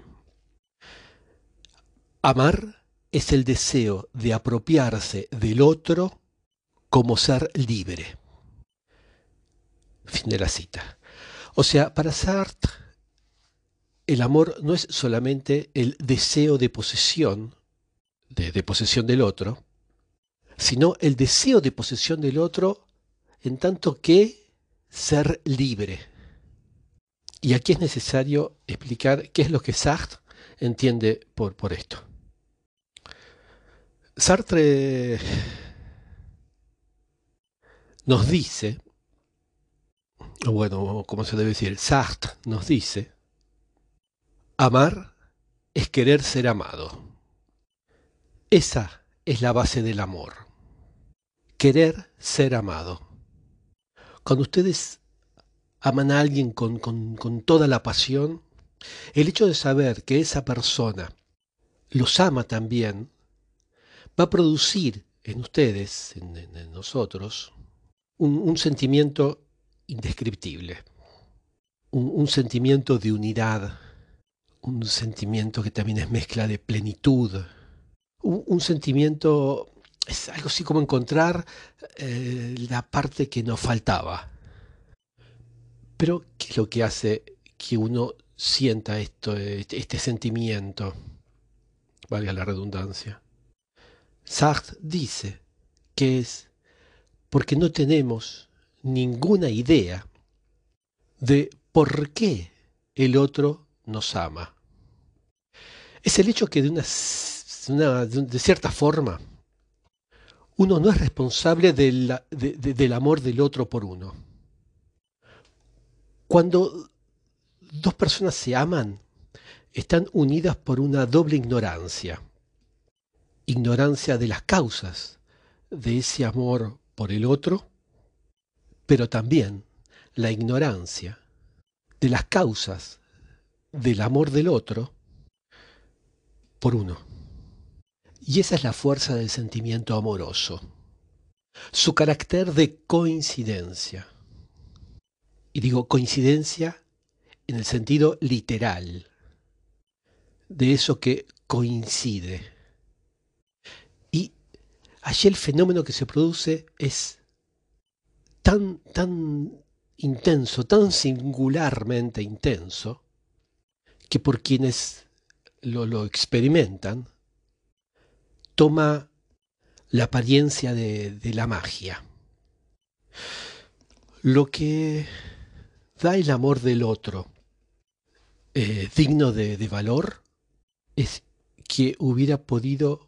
Speaker 1: Amar es el deseo de apropiarse del otro como ser libre. Fin de la cita. O sea, para Sartre, el amor no es solamente el deseo de posesión, de posesión del otro, sino el deseo de posesión del otro en tanto que ser libre. Y aquí es necesario explicar qué es lo que Sartre entiende por esto. Sartre nos dice, o bueno, ¿cómo se debe decir? Sartre nos dice, amar es querer ser amado. Esa es la base del amor. Querer ser amado. Cuando ustedes aman a alguien con toda la pasión, el hecho de saber que esa persona los ama también, va a producir en ustedes, en nosotros, un sentimiento indescriptible, un sentimiento de unidad, un sentimiento que también es mezcla de plenitud, un sentimiento, es algo así como encontrar la parte que nos faltaba. Pero, ¿qué es lo que hace que uno sienta esto, este sentimiento? Valga la redundancia. Sartre dice que es porque no tenemos ninguna idea de por qué el otro nos ama. Es el hecho que de cierta forma uno no es responsable del amor del otro por uno. Cuando dos personas se aman, están unidas por una doble ignorancia. Ignorancia de las causas de ese amor por el otro, pero también la ignorancia de las causas del amor del otro por uno. Y esa es la fuerza del sentimiento amoroso, su carácter de coincidencia. Y digo coincidencia en el sentido literal, de eso que coincide. Y allí el fenómeno que se produce es tan intenso, tan singularmente intenso, que por quienes lo experimentan, toma la apariencia de la magia. Lo que da el amor del otro, digno de valor, es que hubiera podido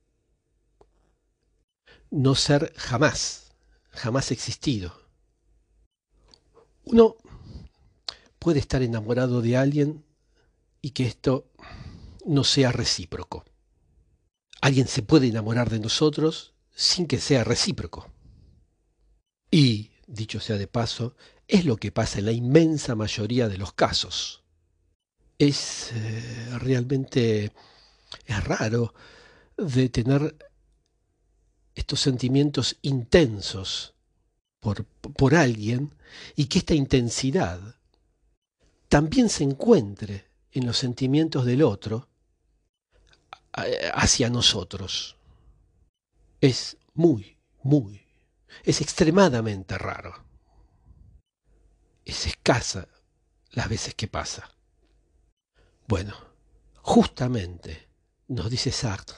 Speaker 1: no ser jamás, jamás existido. Uno puede estar enamorado de alguien y que esto no sea recíproco. Alguien se puede enamorar de nosotros sin que sea recíproco. Y, dicho sea de paso, es lo que pasa en la inmensa mayoría de los casos. Es realmente es raro de tener estos sentimientos intensos por alguien y que esta intensidad también se encuentre en los sentimientos del otro hacia nosotros. Es es extremadamente raro. Es escasa las veces que pasa. Bueno, justamente, nos dice Sartre,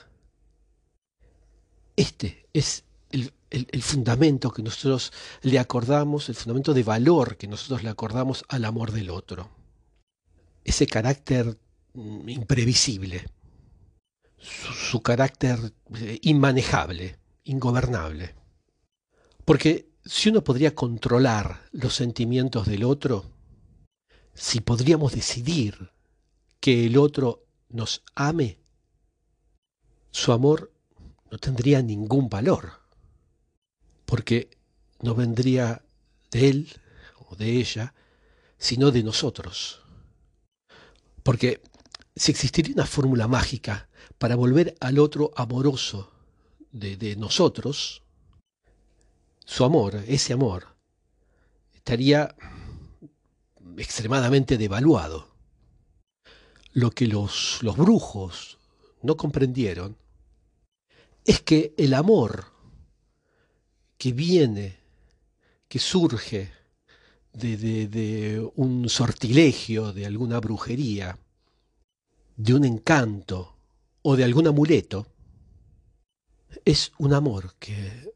Speaker 1: este es el fundamento que nosotros le acordamos, el fundamento de valor que nosotros le acordamos al amor del otro. Ese carácter imprevisible, su carácter inmanejable, ingobernable. Porque si uno podría controlar los sentimientos del otro, si podríamos decidir que el otro nos ame, su amor no tendría ningún valor, porque no vendría de él o de ella, sino de nosotros. Porque si existiría una fórmula mágica para volver al otro amoroso de nosotros, su amor, ese amor, estaría extremadamente devaluado. Lo que los brujos no comprendieron es que el amor que viene, que surge de un sortilegio, de alguna brujería, de un encanto o de algún amuleto, es un amor que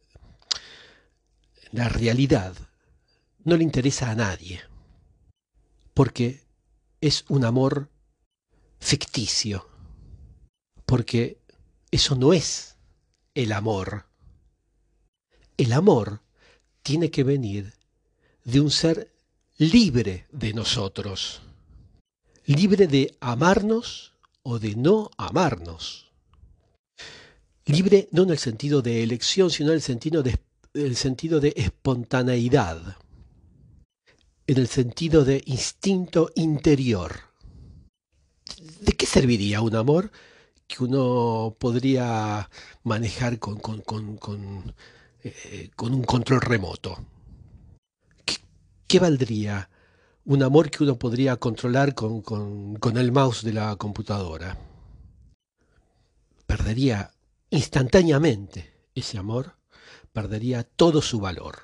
Speaker 1: en la realidad no le interesa a nadie, porque es un amor ficticio, porque eso no es el amor. El amor tiene que venir de un ser libre de nosotros, libre de amarnos o de no amarnos. Libre no en el sentido de elección, sino en el sentido de espontaneidad, en el sentido de instinto interior. ¿De qué serviría un amor que uno podría manejar con un control remoto? ¿Qué, qué valdría un amor que uno podría controlar con el mouse de la computadora? Perdería instantáneamente ese amor, perdería todo su valor.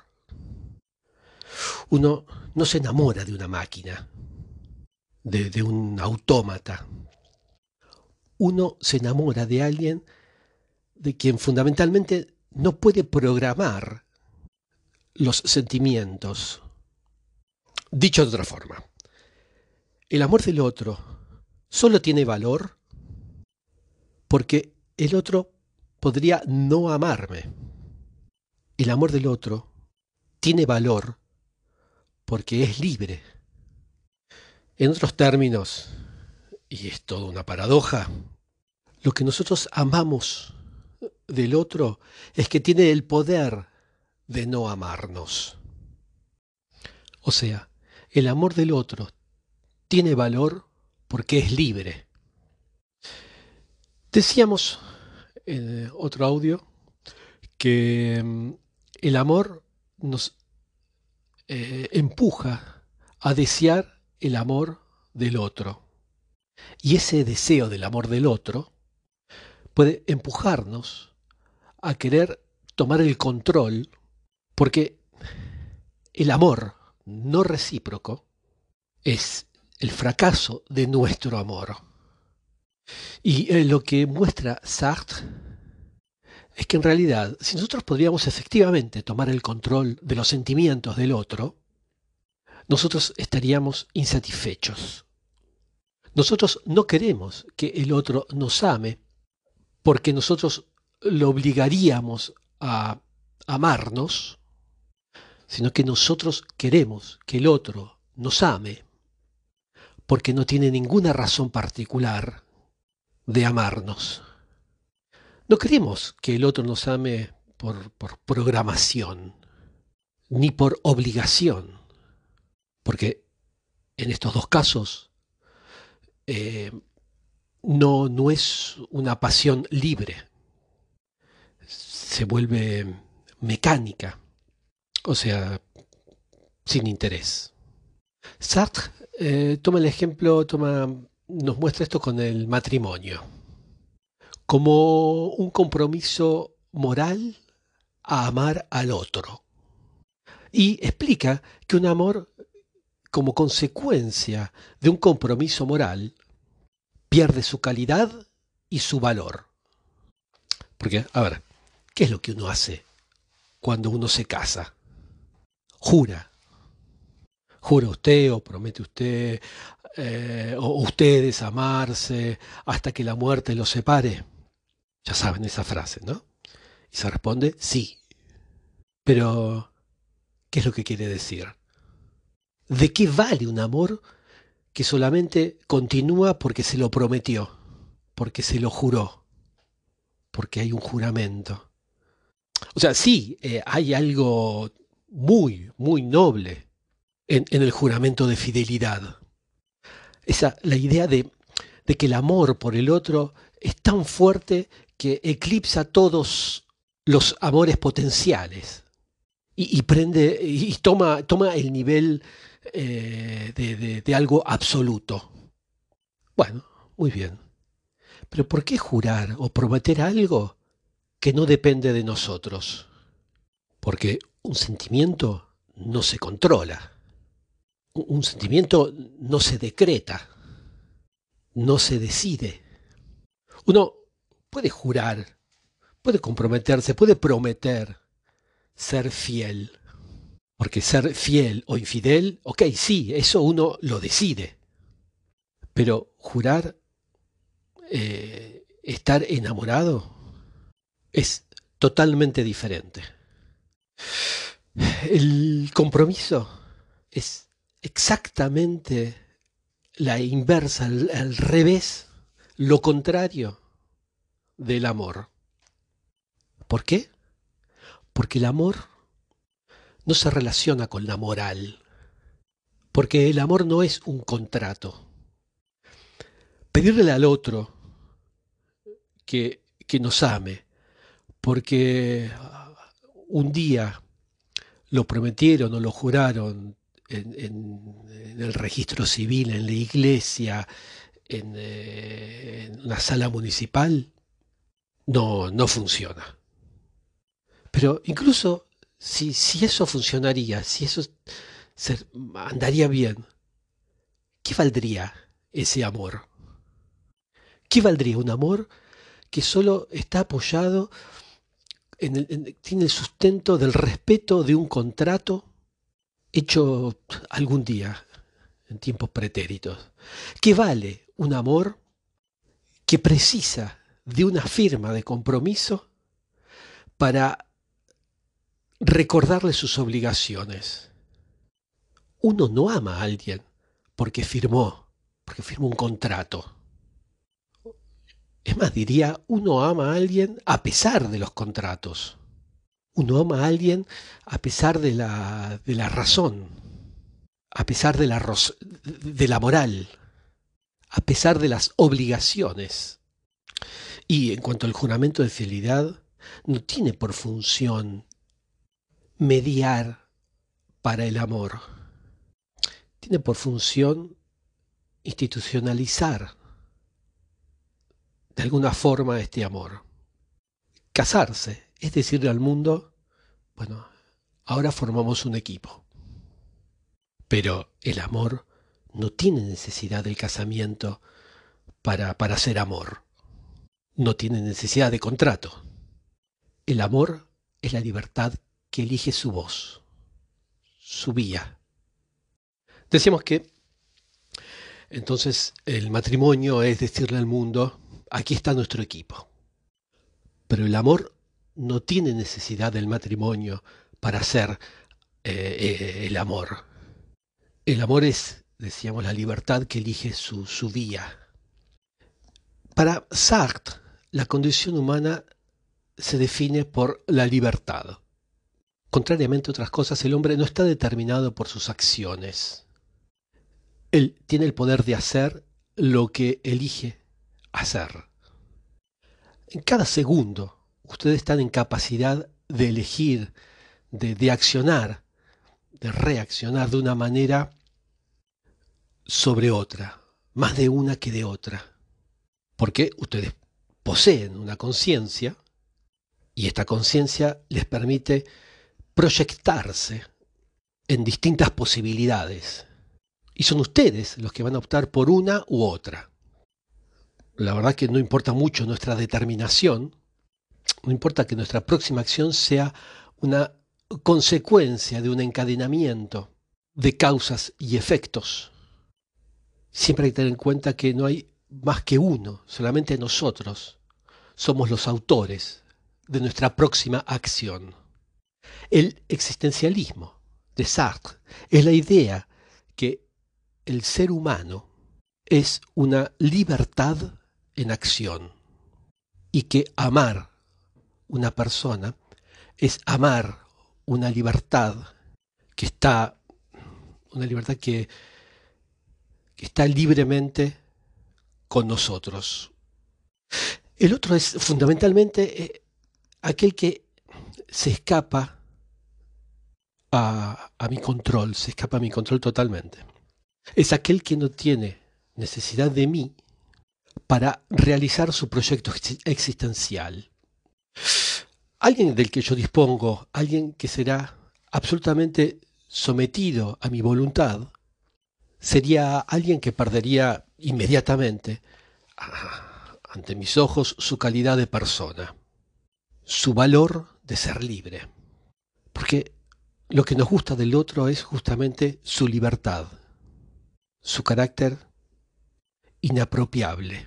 Speaker 1: Uno no se enamora de una máquina, de un autómata. Uno se enamora de alguien de quien fundamentalmente no puede programar los sentimientos. Dicho de otra forma, el amor del otro solo tiene valor porque el otro podría no amarme. El amor del otro tiene valor porque es libre. En otros términos, y es toda una paradoja, lo que nosotros amamos del otro es que tiene el poder de no amarnos. O sea, el amor del otro tiene valor porque es libre. Decíamos en otro audio que el amor nos empuja a desear el amor del otro. Y ese deseo del amor del otro puede empujarnos a querer tomar el control, porque el amor no recíproco es el fracaso de nuestro amor. Y lo que muestra Sartre es que en realidad, si nosotros podríamos efectivamente tomar el control de los sentimientos del otro, nosotros estaríamos insatisfechos. Nosotros no queremos que el otro nos ame porque nosotros lo obligaríamos a amarnos, sino que nosotros queremos que el otro nos ame porque no tiene ninguna razón particular de amarnos. No queremos que el otro nos ame por programación, ni por obligación, porque en estos dos casos eh, no es una pasión libre, se vuelve mecánica, o sea, sin interés. Sartre toma el ejemplo, nos muestra esto con el matrimonio, como un compromiso moral a amar al otro. Y explica que un amor, como consecuencia de un compromiso moral, pierde su calidad y su valor. Porque, a ver, ¿qué es lo que uno hace cuando uno se casa? Jura. Jura usted o promete usted, o ustedes amarse hasta que la muerte los separe. Ya saben esa frase, ¿no? Y se responde sí. Pero, ¿qué es lo que quiere decir? ¿De qué vale un amor que solamente continúa porque se lo prometió, porque se lo juró, porque hay un juramento? O sea, sí, hay algo muy noble en el juramento de fidelidad. La idea de que el amor por el otro es tan fuerte que eclipsa todos los amores potenciales y prende y toma el nivel de algo absoluto. Bueno, muy bien. Pero ¿por qué jurar o prometer algo que no depende de nosotros? Porque un sentimiento no se controla. Un sentimiento no se decreta, no se decide. Uno puede jurar, puede comprometerse, puede prometer ser fiel. Porque ser fiel o infidel, ok, sí, eso uno lo decide. Pero jurar, estar enamorado, es totalmente diferente. El compromiso es exactamente la inversa, al revés, lo contrario del amor. ¿Por qué? Porque el amor no se relaciona con la moral, porque el amor no es un contrato. Pedirle al otro que nos ame, porque un día lo prometieron o lo juraron en el registro civil, en la iglesia, en una sala municipal, no funciona. Pero incluso si eso funcionaría, si eso andaría bien, ¿qué valdría ese amor? ¿Qué valdría un amor que solo está apoyado tiene el sustento del respeto de un contrato hecho algún día, en tiempos pretéritos? ¿Qué vale un amor que precisa de una firma de compromiso para recordarle sus obligaciones? Uno no ama a alguien porque firmó un contrato. Es más, diría, uno ama a alguien a pesar de los contratos. Uno ama a alguien a pesar de la razón, a pesar de la moral, a pesar de las obligaciones. Y en cuanto al juramento de fidelidad, no tiene por función mediar para el amor. Tiene por función institucionalizar de alguna forma este amor. Casarse, es decirle al mundo, bueno, ahora formamos un equipo. Pero el amor no tiene necesidad del casamiento para ser amor. No tiene necesidad de contrato. El amor es la libertad que elige su voz, su vía. Decíamos que entonces el matrimonio es decirle al mundo, aquí está nuestro equipo. Pero el amor no tiene necesidad del matrimonio para ser el amor. El amor es, decíamos, la libertad que elige su vía. Para Sartre, la condición humana se define por la libertad. Contrariamente a otras cosas, el hombre no está determinado por sus acciones. Él tiene el poder de hacer lo que elige hacer. En cada segundo, ustedes están en capacidad de elegir, de accionar, de reaccionar de una manera sobre otra, más de una que de otra. Porque ustedes poseen una conciencia y esta conciencia les permite proyectarse en distintas posibilidades. Y son ustedes los que van a optar por una u otra. La verdad que no importa mucho nuestra determinación, no importa que nuestra próxima acción sea una consecuencia de un encadenamiento de causas y efectos. Siempre hay que tener en cuenta que no hay más que uno, solamente nosotros somos los autores de nuestra próxima acción. El existencialismo de Sartre es la idea que el ser humano es una libertad en acción y que amar una persona es amar una libertad que está, una libertad que está libremente con nosotros. El otro es fundamentalmente aquel que se escapa a mi control, se escapa a mi control totalmente. Es aquel que no tiene necesidad de mí para realizar su proyecto existencial. Alguien del que yo dispongo, alguien que será absolutamente sometido a mi voluntad, sería alguien que perdería inmediatamente ante mis ojos su calidad de persona, su valor de ser libre. Porque lo que nos gusta del otro es justamente su libertad, su carácter inapropiable.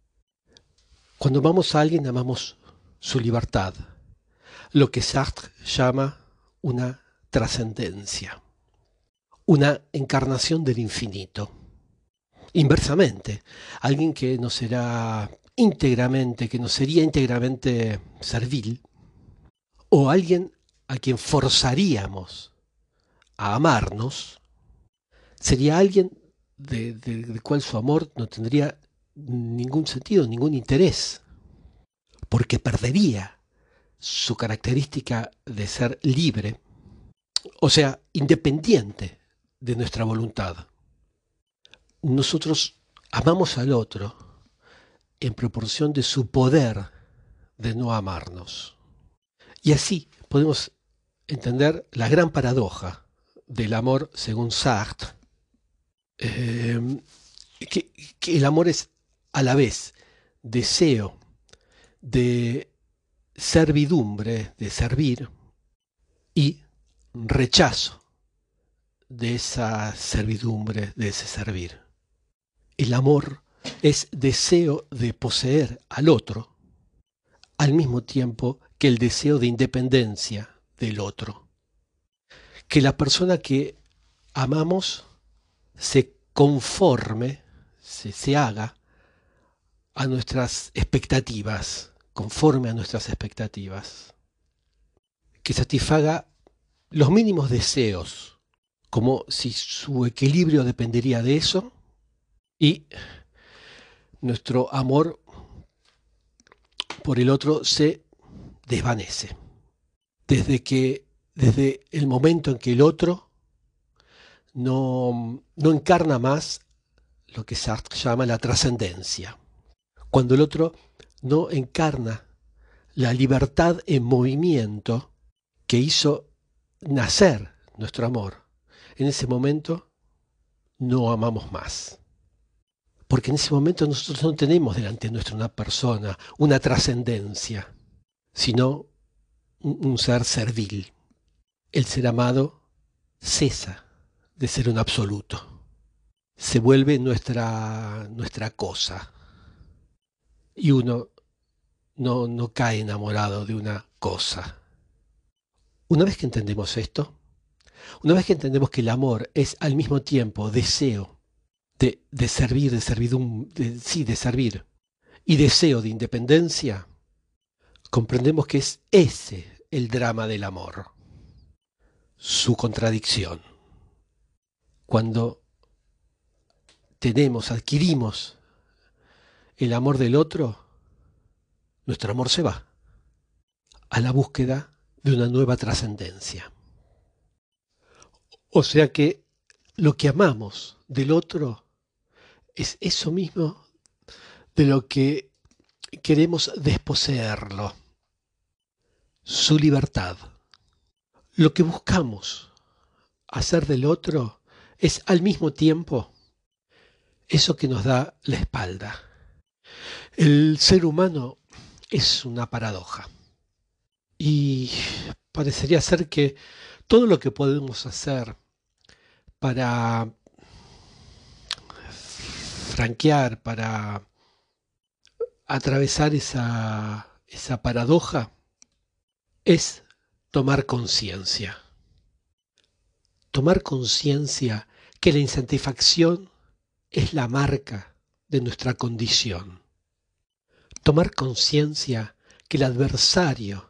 Speaker 1: Cuando amamos a alguien, amamos su libertad, lo que Sartre llama una trascendencia, una encarnación del infinito. Inversamente, alguien que no será íntegramente, que no sería íntegramente servil, o alguien a quien forzaríamos a amarnos, sería alguien del cual su amor no tendría ningún sentido, ningún interés, porque perdería su característica de ser libre, o sea, independiente de nuestra voluntad. Nosotros amamos al otro en proporción de su poder de no amarnos. Y así podemos entender la gran paradoja del amor según Sartre, eh, que el amor es a la vez deseo de servidumbre, de servir, y rechazo de esa servidumbre, de ese servir. El amor es deseo de poseer al otro, al mismo tiempo que el deseo de independencia del otro. Que la persona que amamos se conforme, se haga a nuestras expectativas, conforme a nuestras expectativas. Que satisfaga los mínimos deseos, como si su equilibrio dependería de eso, y nuestro amor por el otro se desvanece. Desde el momento en que el otro no encarna más lo que Sartre llama la trascendencia. Cuando el otro no encarna la libertad en movimiento que hizo nacer nuestro amor, en ese momento no amamos más. Porque en ese momento nosotros no tenemos delante nuestra una persona, una trascendencia, sino un ser servil. El ser amado cesa de ser un absoluto, se vuelve nuestra cosa y uno no cae enamorado de una cosa. Una vez que entendemos esto, una vez que entendemos que el amor es al mismo tiempo deseo de servir, de servidum, sí, de servir, y deseo de independencia, comprendemos que es ese el drama del amor, su contradicción. Cuando adquirimos el amor del otro, nuestro amor se va a la búsqueda de una nueva trascendencia. O sea que lo que amamos del otro es eso mismo de lo que queremos desposeerlo, su libertad. Lo que buscamos hacer del otro es al mismo tiempo eso que nos da la espalda. El ser humano es una paradoja y parecería ser que todo lo que podemos hacer para franquear, para atravesar esa paradoja, es tomar conciencia. Tomar conciencia que la insatisfacción es la marca de nuestra condición. Tomar conciencia que el adversario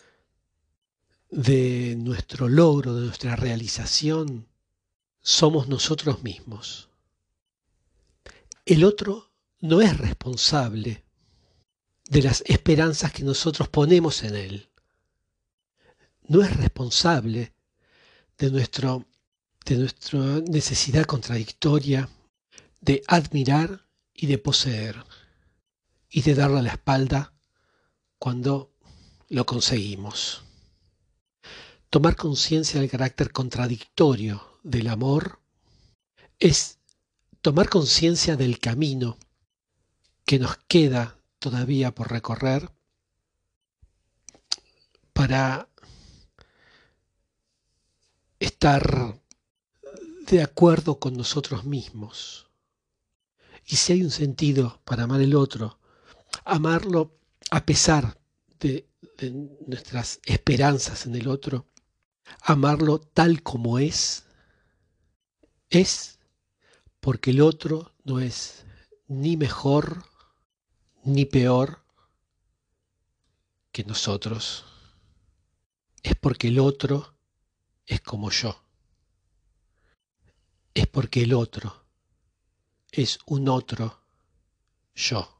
Speaker 1: de nuestro logro, de nuestra realización, somos nosotros mismos. El otro no es responsable de las esperanzas que nosotros ponemos en él. No es responsable de nuestra necesidad contradictoria de admirar y de poseer y de darle la espalda cuando lo conseguimos. Tomar conciencia del carácter contradictorio del amor es tomar conciencia del camino que nos queda todavía por recorrer para estar de acuerdo con nosotros mismos. Y si hay un sentido para amar el otro, amarlo a pesar de nuestras esperanzas en el otro, amarlo tal como es porque el otro no es ni mejor ni peor que nosotros. Es porque el otro es como yo. Es porque el otro es un otro yo.